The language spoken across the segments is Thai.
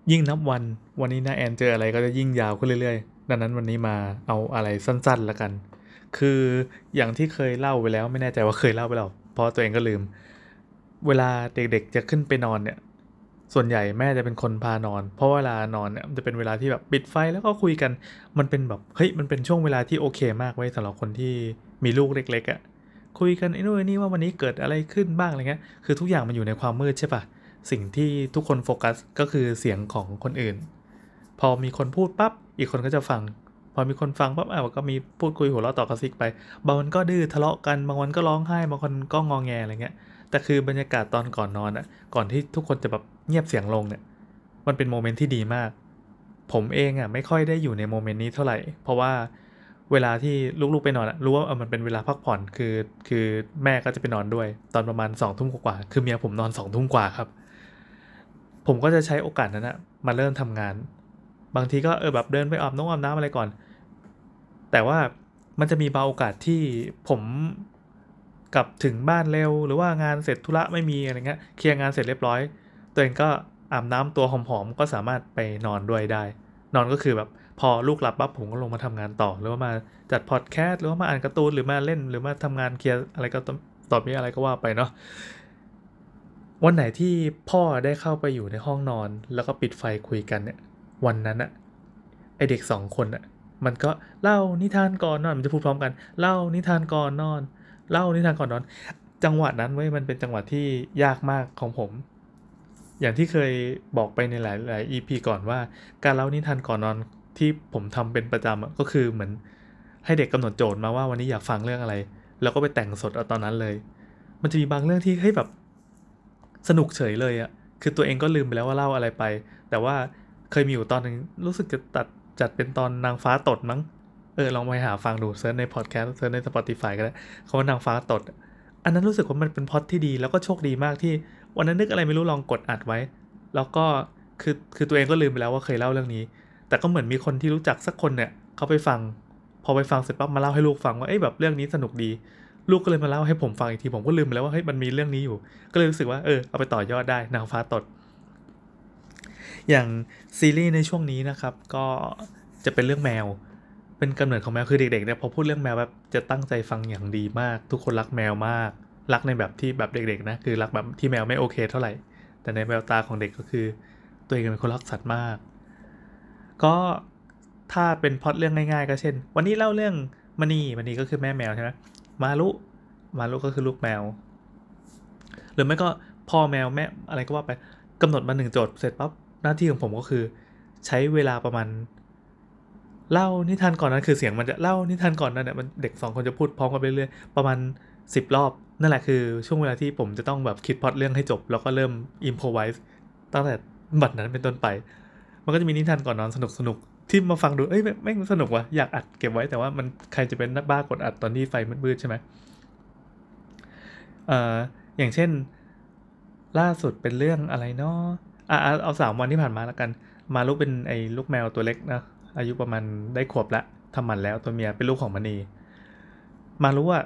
ยิ่งนับวันนี้นะแอนเจออะไรก็จะยิ่งยาวขึ้นเรื่อยๆดังนั้นวันนี้มาเอาอะไรสั้นๆแล้วกันคืออย่างที่เคยเล่าไปแล้วไม่แน่ใจว่าเคยเล่าไปหรอเพราะตัวเองก็ลืมเวลาเด็กๆจะขึ้นไปนอนเนี่ยส่วนใหญ่แม่จะเป็นคนพานอนเพราะเวลานอนเนี่ยมันจะเป็นเวลาที่แบบปิดไฟแล้วก็คุยกันมันเป็นแบบเฮ้ยมันเป็นช่วงเวลาที่โอเคมากไว้สำหรับคนที่มีลูกเล็กๆอ่ะคุยกันไอ้นู่นไอ้นี่ว่าวันนี้เกิดอะไรขึ้นบ้างอะไรเงี้ยคือทุกอย่างมันอยู่ในความมืดใช่ปะ สิ่งที่ทุกคนโฟกัสก็คือเสียงของคนอื่นพอมีคนพูดปั๊บอีกคนก็จะฟังพอมีคนฟังปั๊บก็มีพูดคุยหัวเราะต่อกระซิกไปบางวันก็ดื้อทะเลาะกันบางวันก็ร้องไห้บางคนก็งอแงอะไรเงี้ยแต่คือบรรยากาศตอนก่อนนอนอ่ะก่อนที่ทุกคนจะแบบเงียบเสียงลงเนี่ยมันเป็นโมเมนต์ที่ดีมากผมเองอ่ะไม่ค่อยได้อยู่ในโมเมนต์นี้เท่าไหร่เพราะว่าเวลาที่ลูกๆไปนอนอะรู้ว่ามันเป็นเวลาพักผ่อนคือแม่ก็จะไปนอนด้วยตอนประมาณ2 ทุ่มกว่าคือเมียผมนอน2 ทุ่มกว่าครับ ผมก็จะใช้โอกาสนั้นนะมาเริ่มทำงานบางทีก็แบบเดินไปอาบน้ำอะไรก่อนแต่ว่ามันจะมีบางโอกาสที่ผมกลับถึงบ้านเร็วหรือว่างานเสร็จธุระไม่มีอะไรเงี้ยเคลียร์งานเสร็จเรียบร้อยตัวเองก็อาบน้ำตัวหอมๆก็สามารถไปนอนด้วยได้นอนก็คือแบบพอลูกหลับปั๊บผมก็ลงมาทำงานต่อหรือว่ามาจัดพอดแคสต์หรือว่ามาอ่านการ์ตูนหรือมาเล่นหรือมาทำงานเคลียร์อะไรก็ตอบมีอะไรก็ว่าไปเนาะ วันไหนที่พ่อได้เข้าไปอยู่ในห้องนอนแล้วก็ปิดไฟคุยกันเนี่ยวันนั้นอะไอเด็ก2 คนอะมันก็เล่านิทานก่อนนอนมันจะพูดพร้อมกันเล่านิทานก่อนนอนเล่านิทานก่อนนอนจังหวะนั้นเว้ยมันเป็นจังหวะที่ยากมากของผมอย่างที่เคยบอกไปในหลายๆ EP ก่อนว่าการเล่านิทานก่อนนอนที่ผมทำเป็นประจำอะก็คือเหมือนให้เด็กกำหนดโจทย์มาว่าวันนี้อยากฟังเรื่องอะไรแล้วก็ไปแต่งสดเอาตอนนั้นเลยมันจะมีบางเรื่องที่ให้แบบ สนุกเฉยเลยอะคือตัวเองก็ลืมไปแล้วว่าเล่าอะไรไป แต่ว่าเคยมีอยู่ตอนหนึ่งรู้สึกจะจัดเป็นตอนนางฟ้าตดมั้งลองไปหาฟังดูเซิร์ชในพอดแคสต์เซิร์ชใน Spotify ก็ได้เขาว่านางฟ้าตดอันนั้นรู้สึกว่ามันเป็นพล็อตที่ดีแล้วก็โชคดีมากที่วันนั้นนึกอะไรไม่รู้ลองกดอัดไว้แล้วก็คือตัวเองก็ลืมไปแล้วว่าเคยเล่าเรื่องนี้แต่ก็เหมือนมีคนที่รู้จักสักคนเนี่ยเขาไปฟังพอไปฟังเสร็จปั๊บมาเล่าให้ลูกฟังว่าแบบเรื่องนี้สนุกดีลูกก็เลยมาเล่าให้ผมฟังอีกทีผมก็ลืมไปแล้วว่าเฮ้ยมันมีเรื่องนี้อยู่ ก็เลยรู้สึกว่าเอาไปต่อยอดได้นางฟ้าตดอย่างซีรีส์ในช่วงนี้นะครับก็จะเป็นเรื่องแมวเป็นกำเนิดของแมวคือเด็กๆเนี่ยพอพูดเรื่องแมวแบบจะตั้งใจฟังอย่างดีมากทุกคนรักแมวมากรักในแบบที่แบบเด็กๆนะคือรักแบบที่แมวไม่โอเคเท่าไหร่แต่ในแววตาของเด็กก็คือตัวเองเป็นคนรักสัตว์มากก็ถ้าเป็นพล็อตเรื่องง่ายๆก็เช่นวันนี้เล่าเรื่องมณีก็คือแม่แมวใช่ไหมมารุมารุก็คือลูกแมว หรือไม่ก็พ่อแมวแม่อะไรก็ว่าไปกำหนดมา1 โจทย์เสร็จปั๊บหน้าที่ของผมก็คือใช้เวลาประมาณเล่านิทานก่อนนั้นคือเสียงมันจะเล่านิทานก่อนนั้นเนี่ยมันเด็ก2 คนจะพูดพร้อมกันไปเรื่อยๆประมาณ10 รอบนั่นแหละคือช่วงเวลาที่ผมจะต้องแบบคิดพล็อตเรื่องให้จบแล้วก็เริ่มอิมพอไวส์ตั้งแต่บัดนั้นเป็นต้นไปมันก็จะมีนิทานก่อนนอนสนุกๆที่มาฟังดูแม่งสนุกว่ะอยากอัดเก็บไว้แต่ว่ามันใครจะเป็นนักบ้ากดอัดตอนที่ไฟมืดๆใช่ไหม เอ่ออย่างเช่นล่าสุดเป็นเรื่องอะไรเนาะเอา3 วันที่ผ่านมาแล้วกันมารุเป็นไอ้ลูกแมวตัวเล็กนะอายุประมาณได้ขวบละทำหมันแล้วตัวเมียเป็นลูกของมณีมารุอะ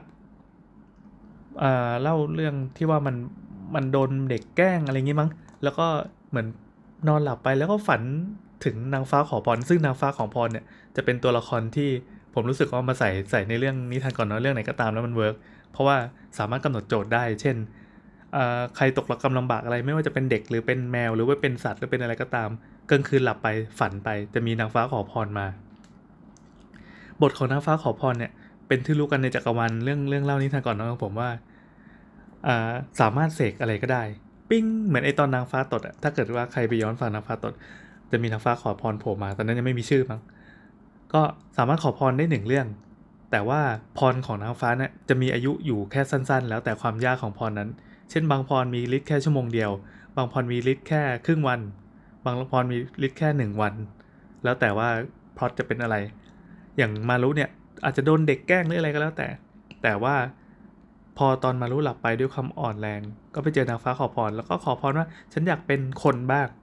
เล่าเรื่องที่ว่ามันโดนเด็กแกล้งอะไรงี้มั้งแล้วก็เหมือนนอนหลับไปแล้วก็ฝันถึงนางฟ้าขอพรซึ่งนางฟ้าขอพรเนี่ยจะเป็นตัวละครที่ผมรู้สึกว่ามาใส่ในเรื่องนิทานก่อนนอนเรื่องไหนก็ตามแล้วมันเวิร์กเพราะว่าสามารถกำหนดโจทย์ได้เช่น ใครตกระกำลำบากอะไรไม่ว่าจะเป็นเด็กหรือเป็นแมวหรือว่าเป็นสัตว์หรือเป็นอะไรก็ตามกลางคืนหลับไปฝันไปจะมีนางฟ้าขอพรมาบทของนางฟ้าขอพรเนี่ยเป็นที่รู้กันในจักรวาลเรื่องเล่านิทานก่อนนอนของผมว่าสามารถเสกอะไรก็ได้ปิ้งเหมือนไอตอนนางฟ้าตดอะถ้าเกิดว่าใครไปย้อนฟังนางฟ้าตดจะมีนางฟ้าขอพรโผล่มาตอนนั้นยังไม่มีชื่อมั้งก็สามารถขอพรได้1 เรื่องแต่ว่าพรของนางฟ้าเนี่ยจะมีอายุอยู่แค่สั้นๆแล้วแต่ความยากของพรนั้น เช่นบางพรมีฤทธิ์แค่ชั่วโมงเดียวบางพรมีฤทธิ์แค่ครึ่งวันบางพรมีฤทธิ์แค่1 วันแล้วแต่ว่าพล็อตจะเป็นอะไรอย่างมารุเนี่ยอาจจะโดนเด็กแกล้งหรืออะไรก็แล้วแต่ว่าพอตอนมารุหลับไปด้วยความอ่อนแรงก็ไปเจอนางฟ้าขอพรแล้วก็ขอพรว่าฉันอยากเป็นคนบ้าง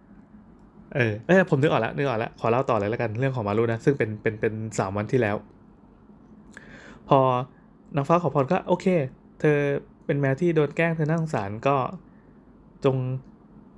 ผมนึกออกแล้วขอเล่าต่อเลยแล้วกันเรื่องของมารุนะซึ่งเป็น3 วันที่แล้วพอนางฟ้าขอพรก็โอเคเธอเป็นแมวที่โดนแกล้งเธอน่าสงสารก็ จง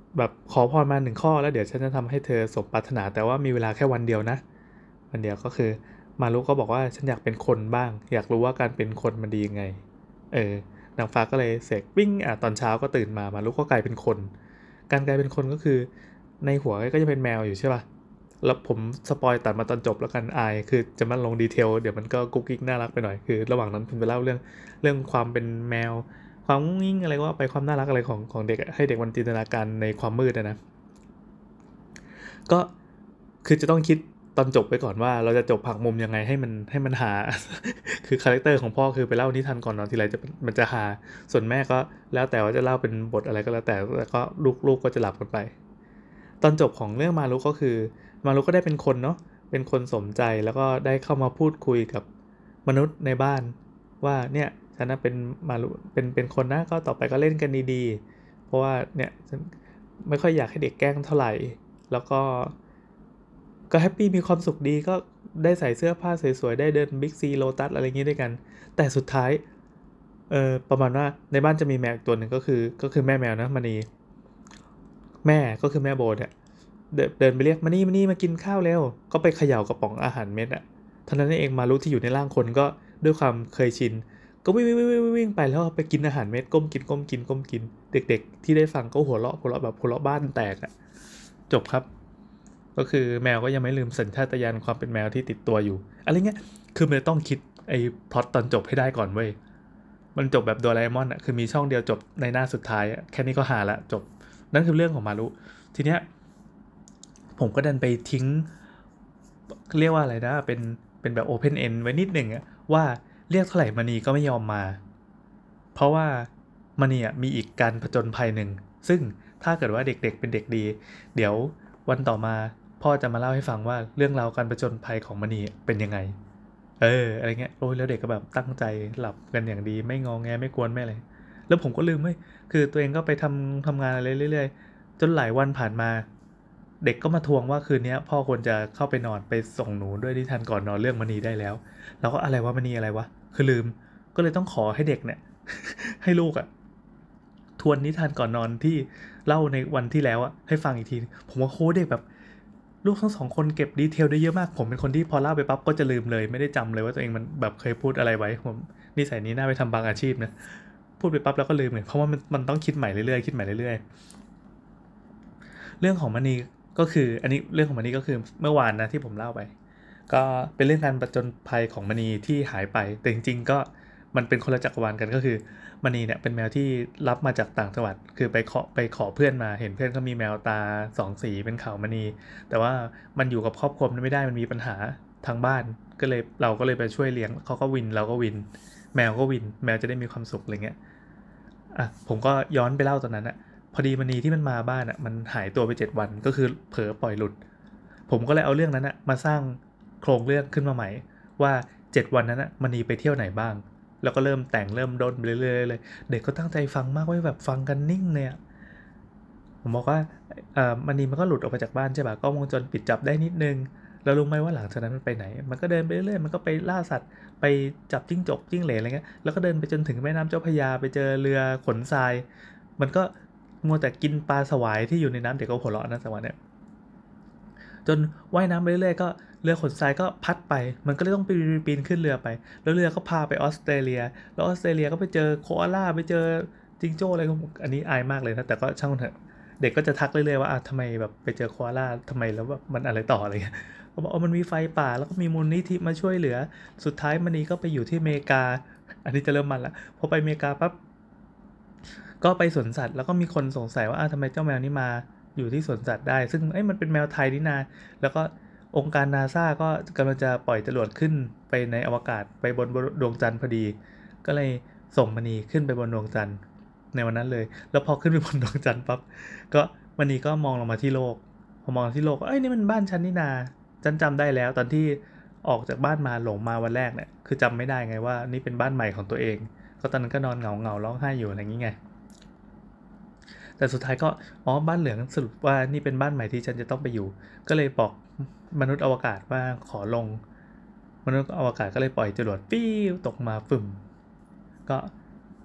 แบบขอพรมา1 ข้อแล้วเดี๋ยวฉันจะทำให้เธอสมปรารถนาแต่ว่ามีเวลาแค่วันเดียวนะวันเดียวก็คือมารุก็บอกว่าฉันอยากเป็นคนบ้างอยากรู้ว่าการเป็นคนมันดียังไงนางฟ้าก็เลยเสกวิ่งตอนเช้าก็ตื่นมารุก็กลายเป็นคนการกลายเป็นคนก็คือในหัวก็จะเป็นแมวอยู่ใช่ป่ะแล้วผมสปอยตัดมาตอนจบแล้วกันอายคือจะมาลงดีเทลเดี๋ยวมันก็กุ๊กกิ๊กน่ารักไปหน่อยคือระหว่างนั้นผมจะเล่าเรื่องความเป็นแมวความงุ้งงิ้งอะไรก็ว่าไปความน่ารักอะไรของเด็กให้เด็กมันจินตนาการในความมืดนะก็คือจะต้องคิดตอนจบไปก่อนว่าเราจะจบผักมุมยังไงให้มันหา คือคาแรคเตอร์ของพ่อคือไปเล่านิทานก่อนนอนทีไรมันจะหาส่วนแม่ก็แล้วแต่ว่าจะเล่าเป็นบทอะไรก็แล้วแต่ก็ลูกก็จะหลับกันไปตอนจบของเรื่องมารุก็คือมารุก็ได้เป็นคนเนาะเป็นคนสมใจแล้วก็ได้เข้ามาพูดคุยกับมนุษย์ในบ้านว่าเนี่ยฉันน่ะเป็นมารุเป็นคนนะก็ต่อไปก็เล่นกันดีๆเพราะว่าเนี่ยฉันไม่ค่อยอยากให้เด็กแกล้งเท่าไหร่แล้วก็แฮปปี้มีความสุขดีก็ได้ใส่เสื้อผ้าสวยๆได้เดินบิ๊กซีโลตัสอะไรอย่างงี้ด้วยกันแต่สุดท้ายประมาณว่าในบ้านจะมีแมวอีกตัวหนึ่งก็คือแม่แมวนะมณีแม่ก็คือแม่โบเนี่ยเดินไปเรียกมานี่มากินข้าวเร็วก็ไปเขย่ากระป๋องอาหารเม็ดอะเท่านั้นเองมารุที่อยู่ในร่างคนก็ด้วยความเคยชินก็วิ่งไปแล้วไปกินอาหารเม็ดก้มกินเด็กๆที่ได้ฟังก็หัวเราะแบบหัวเราะบ้านแตกอะจบครับ ก็คือแมวก็ยังไม่ลืมสัญชาตญาณความเป็นแมวที่ติดตัวอยู่อะไรเงี้ยคือมันต้องคิดไอ้พล็อตตอนจบให้ได้ก่อนเว้ยมันจบแบบโดราเอมอนอ่ะคือมีช่องเดียวจบในหน้าสุดท้ายอ่ะแค่นี้ก็หาละจบนั่นคือเรื่องของมารุทีเนี้ยผมก็ดันไปทิ้งเรียกว่าอะไรนะเป็นแบบโอเพนเอนไว้นิดหนึ่งอ่ะว่าเรียกเท่าไหร่มณีก็ไม่ยอมมาเพราะว่ามณีอ่ะมีอีกการผจญภัยหนึ่งซึ่งถ้าเกิดว่าเด็กๆเป็นเด็กดีเดี๋ยววันต่อมาพ่อจะมาเล่าให้ฟังว่าเรื่องราวการผจญภัยของมณีเป็นยังไงอะไรเงี้ยโอ้ยแล้วเด็กก็แบบตั้งใจหลับกันอย่างดีไม่งอแงไม่กวนไม่อะไรแล้วผมก็ลืมเว้ยคือตัวเองก็ไปทำงานอะไรเรื่อยๆจนหลายวันผ่านมาเด็กก็มาทวงว่าคืนนี้พ่อควรจะเข้าไปนอนไปส่งหนูด้วยนิทานก่อนนอนเรื่องมณีได้แล้วแล้วก็อะไรวะมณีอะไรวะคือลืมก็เลยต้องขอให้เด็กเนี่ย ให้ลูกอะทวนนิทานก่อนนอนที่เล่าในวันที่แล้วอะให้ฟังอีกทีผมว่าโค้ดเด็กแบบลูกทั้ง2 คนเก็บดีเทลได้เยอะมากผมเป็นคนที่พอเล่าไปปั๊บก็จะลืมเลยไม่ได้จำเลยว่าตัวเองมันแบบเคยพูดอะไรไว้ผมนิสัยนี้น่าไปทำบางอาชีพนะพูดไปปั๊บแล้วก็ลืมเลยเพราะว่ามันต้องคิดใหม่เรื่อยๆคิดใหม่เรื่อยๆเรื่องของมณีก็คืออันนี้เรื่องของมณีก็คือเมื่อวานนะที่ผมเล่าไปก็เป็นเรื่องการประจนภัยของมณีที่หายไปแต่จริงๆก็มันเป็นคนละจักรวาลกันก็คือ มณีเนี่ยเป็นแมวที่รับมาจากต่างจังหวัดคือไปขอเพื่อนมาเห็นเพื่อนเขามีแมวตา2 สีเป็นขาวมณีแต่ว่ามันอยู่กับครอบครัวมันไม่ได้มันมีปัญหาทางบ้านก็เลยเราก็เลยไปช่วยเลี้ยงเขาก็วินเราก็วินแมวก็วินแมวจะได้มีความสุขอะไรเงี้ยผมก็ย้อนไปเล่าตอนนั้นอะพอดีมณีที่มันมาบ้านอะมันหายตัวไป7 วันก็คือเผลอปล่อยหลุดผมก็เลยเอาเรื่องนั้นอะมาสร้างโครงเรื่องขึ้นมาใหม่ว่า7 วันนั้นอะมณีไปเที่ยวไหนบ้าง แล้วก็เริ่มแต่งเริ่มด้นไปเรื่อยๆเลยเด็กก็ตั้งใจฟังมากไว้แบบฟังกันนิ่งเนี่ยผมบอกว่ามันนีมันก็หลุดออกมาจากบ้านใช่ป่ะกล้องวงจรปิดจับได้นิดนึงแล้วรู้ไหมว่าหลังจากนั้นมันไปไหนมันก็เดินไปเรื่อยๆมันก็ไปล่าสัตว์ไปจับจิ้งจกจิ้งเหลนอะไรเงี้ยแล้วก็เดินไปจนถึงแม่น้ำเจ้าพระยาไปเจอเรือขนทรายมันก็มัวแต่กินปลาสวายที่อยู่ในน้ำเด็กก็หัวเราะนะสวายเนี่ย จนว่ายน้ำไปเรื่อยๆก็เรือขนทรายก็พัดไปมันก็เลยต้องปีนขึ้นเรือไปแล้วเรือก็พาไปออสเตรเลียแล้วออสเตรเลียก็ไปเจอโคอาล่าไปเจอจิงโจ้อะไรอันนี้อายมากเลยนะแต่ก็ช่างมันเถอะเด็กก็จะทักเรื่อยๆว่าทำไมแบบไปเจอโคอาล่าทำไมแล้วแบบมันอะไรต่ออะไรเงี้ยเขาบอกมันมีไฟป่าแล้วก็มีมูลนิธิมาช่วยเหลือสุดท้ายมันนี้ก็ไปอยู่ที่อเมริกาอันนี้จะเริ่มมันละพอไปอเมริกาปั๊บก็ไปสวนสัตว์แล้วก็มีคนสงสัยว่าทำไมเจ้าแมวนี้มาอยู่ที่สวนสัตว์ได้ซึ่งมันเป็นแมวไทยนี่นาแล้วก็องค์การนาซาก็กำลังจะปล่อยจรวดขึ้นไปในอวกาศไปบนดวงจันทร์พอดีก็เลยส่งมณีขึ้นไปบนดวงจันทร์ในวันนั้นเลยแล้วพอขึ้นไปบนดวงจันทร์ปั๊บก็มณีก็มองลงมาที่โลกพอมองที่โลกนี่มันบ้านฉันนี่นาฉันจำได้แล้วตอนที่ออกจากบ้านมาหลงมาวันแรกเนี่ยคือจำไม่ได้ไงว่านี่เป็นบ้านใหม่ของตัวเองก็ตอนนั้นก็นอนเหงาร้องไห้อยู่อะไรอย่างงี้ไง แต่สุดท้ายก็บ้านเหลืองสรุปว่านี่เป็นบ้านใหม่ที่ฉันจะต้องไปอยู่ก็เลยบอกมนุษย์อวกาศว่าขอลงมนุษย์อวกาศก็เลยปล่อยจรวดปิ้วตกมาฟึ่มก็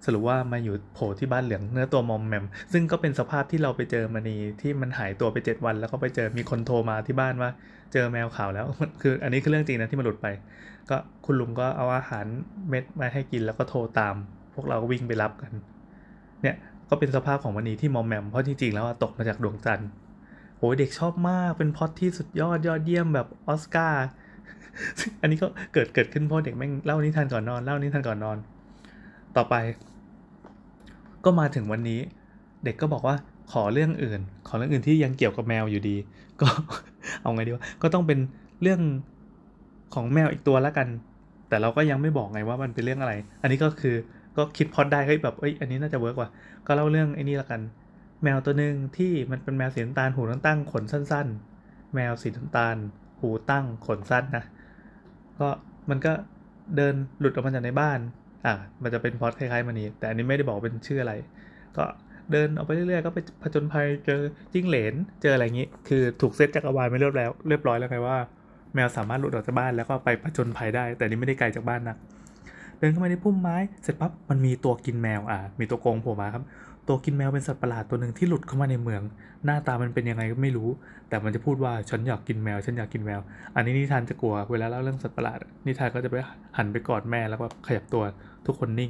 สรุปว่ามาอยู่โผล่ที่บ้านเหลืองเนื้อตัวมอมแมมซึ่งก็เป็นสภาพที่เราไปเจอมณีที่มันหายตัวไป7 วันแล้วก็ไปเจอมีคนโทรมาที่บ้านว่าเจอแมวขาวแล้วคืออันนี้คือเรื่องจริงนะที่มันหลุดไปก็คุณลุงก็เอาอาหารเม็ดมาให้กินแล้วก็โทรตามพวกเราก็วิ่งไปรับกันเนี่ยก็เป็นสภาพของมณีที่มอมแมมเพราะจริงๆแล้วตกมาจากดวงจันทร์โหเด็กชอบมากเป็นพล็อตที่สุดยอดเยี่ยมแบบออสการ์ อันนี้ก็เกิดขึ้นเพราะเด็กแม่งเล่านิทานก่อนนอนต่อไปก็มาถึงวันนี้เด็กก็บอกว่าขอเรื่องอื่นที่ยังเกี่ยวกับแมวอยู่ดีก็ เอาไงดีวะก็ต้องเป็นเรื่องของแมวอีกตัวละกันแต่เราก็ยังไม่บอกไงว่ามันเป็นเรื่องอะไรอันนี้ก็คือก็คิดพล็อตได้เฮ้ยแบบอันนี้น่าจะเวิร์กว่ะก็เล่าเรื่องไอ้นี่ละกันแมวตัวนึงที่มันเป็นแมวสีน้ำตาลหูตั้งขนสั้นๆแมวสีน้ำตาลหูตั้งขนสั้นนะก็มันก็เดินหลุดออกมาจากในบ้านมันจะเป็นพล็อตคล้ายๆมันนี่แต่อันนี้ไม่ได้บอกเป็นชื่ออะไรก็เดินออกไปเรื่อยๆก็ไปผจญภัยเจอจิ้งเหลนเจออะไรอย่างงี้คือถูกเซตจักรวาลไม่เรียบร้อยแล้วไงว่าแมวสามารถหลุดออกจากบ้านแล้วก็ไปผจญภัยได้แต่นี่ไม่ได้ไกลจากบ้านนักเดินเข้ามาในพุ่มไม้เสร็จปั๊บมันมีตัวกินแมวมีตัวโกงโผล่มาครับตัวกินแมวเป็นสัตว์ประหลาดตัวหนึ่งที่หลุดเข้ามาในเมืองหน้าตามันเป็นยังไงก็ไม่รู้แต่มันจะพูดว่าฉันอยากกินแมวอันนี้นิทานจะกลัวเวลาเล่าเรื่องสัตว์ประหลาดนิทานก็จะไปหันไปกอดแม่แล้วก็ขยับตัวทุกคนนิ่ง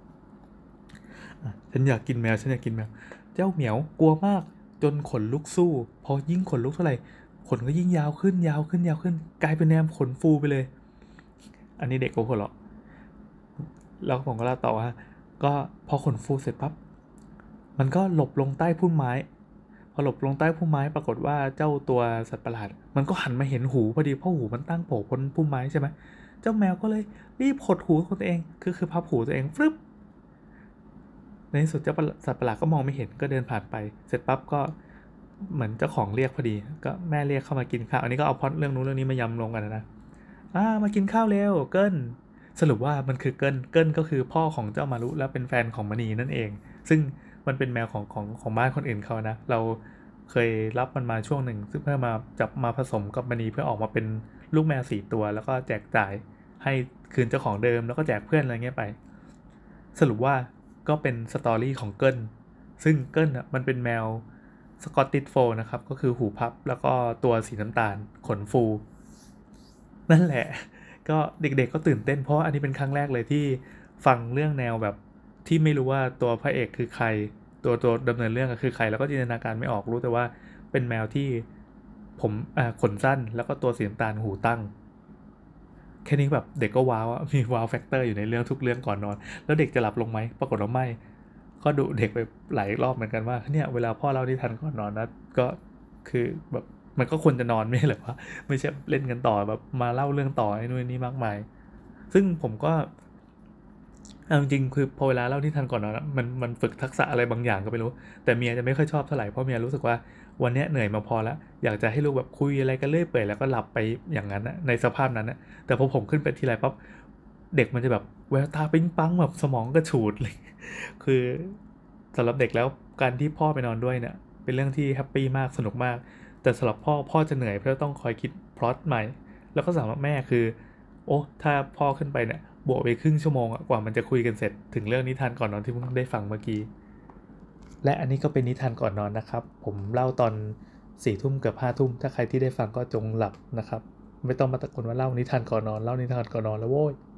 ฉันอยากกินแมวเจ้าเหมียวกลัวมากจนขนลุกสู้พอยิ่งขนลุกเท่าไหร่ขนก็ยิ่งยาวขึ้นกลายเป็นแนวขนฟูไปเลยอันนี้เด็กก็หัวเราะแล้วผมก็เล่าต่อว่าก็พอขนฟูเสร็จปั๊บมันก็หลบลงใต้พุ่มไม้พอหลบลงใต้พุ่มไม้ปรากฏว่าเจ้าตัวสัตว์ประหลาดมันก็หันมาเห็นหูพอดีเพราะหูมันตั้งโผล่พ้นพุ่มไม้ใช่ไหมเจ้าแมวก็เลยรีบขดหูของตัวเองคือพับหูตัวเองฟึบในที่สุดเจ้าสัตว์ประหลาดก็มองไม่เห็นก็เดินผ่านไปเสร็จปั๊บก็เหมือนเจ้าของเรียกพอดีก็แม่เรียกเข้ามากินข้าวอันนี้ก็เอาพล็อตเรื่องนู้นเรื่องนี้มายำลงกันนะมากินข้าวเร็วเกิ้ลสรุปว่ามันคือเกิ้ลก็คือพ่อของเจ้ามารุและเป็นแฟนของมณีนั่นเองซึ่งมันเป็นแมวของบ้านคนอื่นเขานะเราเคยรับมันมาช่วงหนึ่งซึ่งเพื่อมาจับมาผสมกับมณีเพื่อออกมาเป็นลูกแมว4 ตัวแล้วก็แจกจ่ายให้คืนเจ้าของเดิมแล้วก็แจกเพื่อนอะไรเงี้ยไปสรุปว่าก็เป็นสตอรี่ของเกิ้ลซึ่งเกิ้ลมันเป็นแมวสกอตติชโฟลด์นะครับก็คือหูพับแล้วก็ตัวสีน้ำตาลขนฟูนั่นแหละก็เด็กๆก็ตื่นเต้นเพราะอันนี้เป็นครั้งแรกเลยที่ฟังเรื่องแนวแบบที่ไม่รู้ว่าตัวพระเอกคือใครตัวดำเนินเรื่องคือใครแล้วก็จินตนาการไม่ออกรู้แต่ว่าเป็นแมวที่ผมขนสั้นแล้วก็ตัวสีน้ำตาลหูตั้งแค่นี้แบบเด็กก็ว้าวมีว้าวแฟกเตอร์อยู่ในเรื่องทุกเรื่องก่อนนอนแล้วเด็กจะหลับลงไหมปรากฏว่าไม่ก็ดุเด็กไปหลายรอบเหมือนกันว่าเนี่ยเวลาพ่อเล่านิทานก่อนนอนนะก็คือแบบมันก็ควรจะนอนไม่ใช่เหรอวะไม่ใช่เล่นกันต่อแบบมาเล่าเรื่องต่อไอ้นู่นนี่มากมายซึ่งผมก็จริงๆคือพอเวลาเล่านิทานก่อนนอนมันฝึกทักษะอะไรบางอย่างก็ไม่รู้แต่เมียจะไม่ค่อยชอบเท่าไหร่เพราะเมียรู้สึกว่าวันนี้เหนื่อยมาพอแล้วอยากจะให้ลูกแบบคุยอะไรกันเรื่อยเปื่อยแล้วก็หลับไปอย่างนั้นนะในสภาพนั้นนะแต่พอผมขึ้นไปทีไรปั๊บเด็กมันจะแบบแววตาปิ๊งปังแบบสมองกระฉูดเลยคือสำหรับเด็กแล้วการที่พ่อไปนอนด้วยเนี่ยเป็นเรื่องที่แฮปปี้มากสนุกมากแต่สำหรับพ่อจะเหนื่อยเพราะต้องคอยคิดพล็อตใหม่แล้วก็สำหรับแม่คือโอ้ถ้าพ่อขึ้นไปเนี่ยบวกไปครึ่งชั่วโมงกว่ามันจะคุยกันเสร็จถึงเรื่องนิทานก่อนนอนที่เพิ่งได้ฟังเมื่อกี้และอันนี้ก็เป็นนิทานก่อนนอนนะครับผมเล่าตอน4 ทุ่มเกือบ5 ทุ่มถ้าใครที่ได้ฟังก็จงหลับนะครับไม่ต้องมาตะโกนว่าเล่านิทานก่อนนอนแล้วโว้ย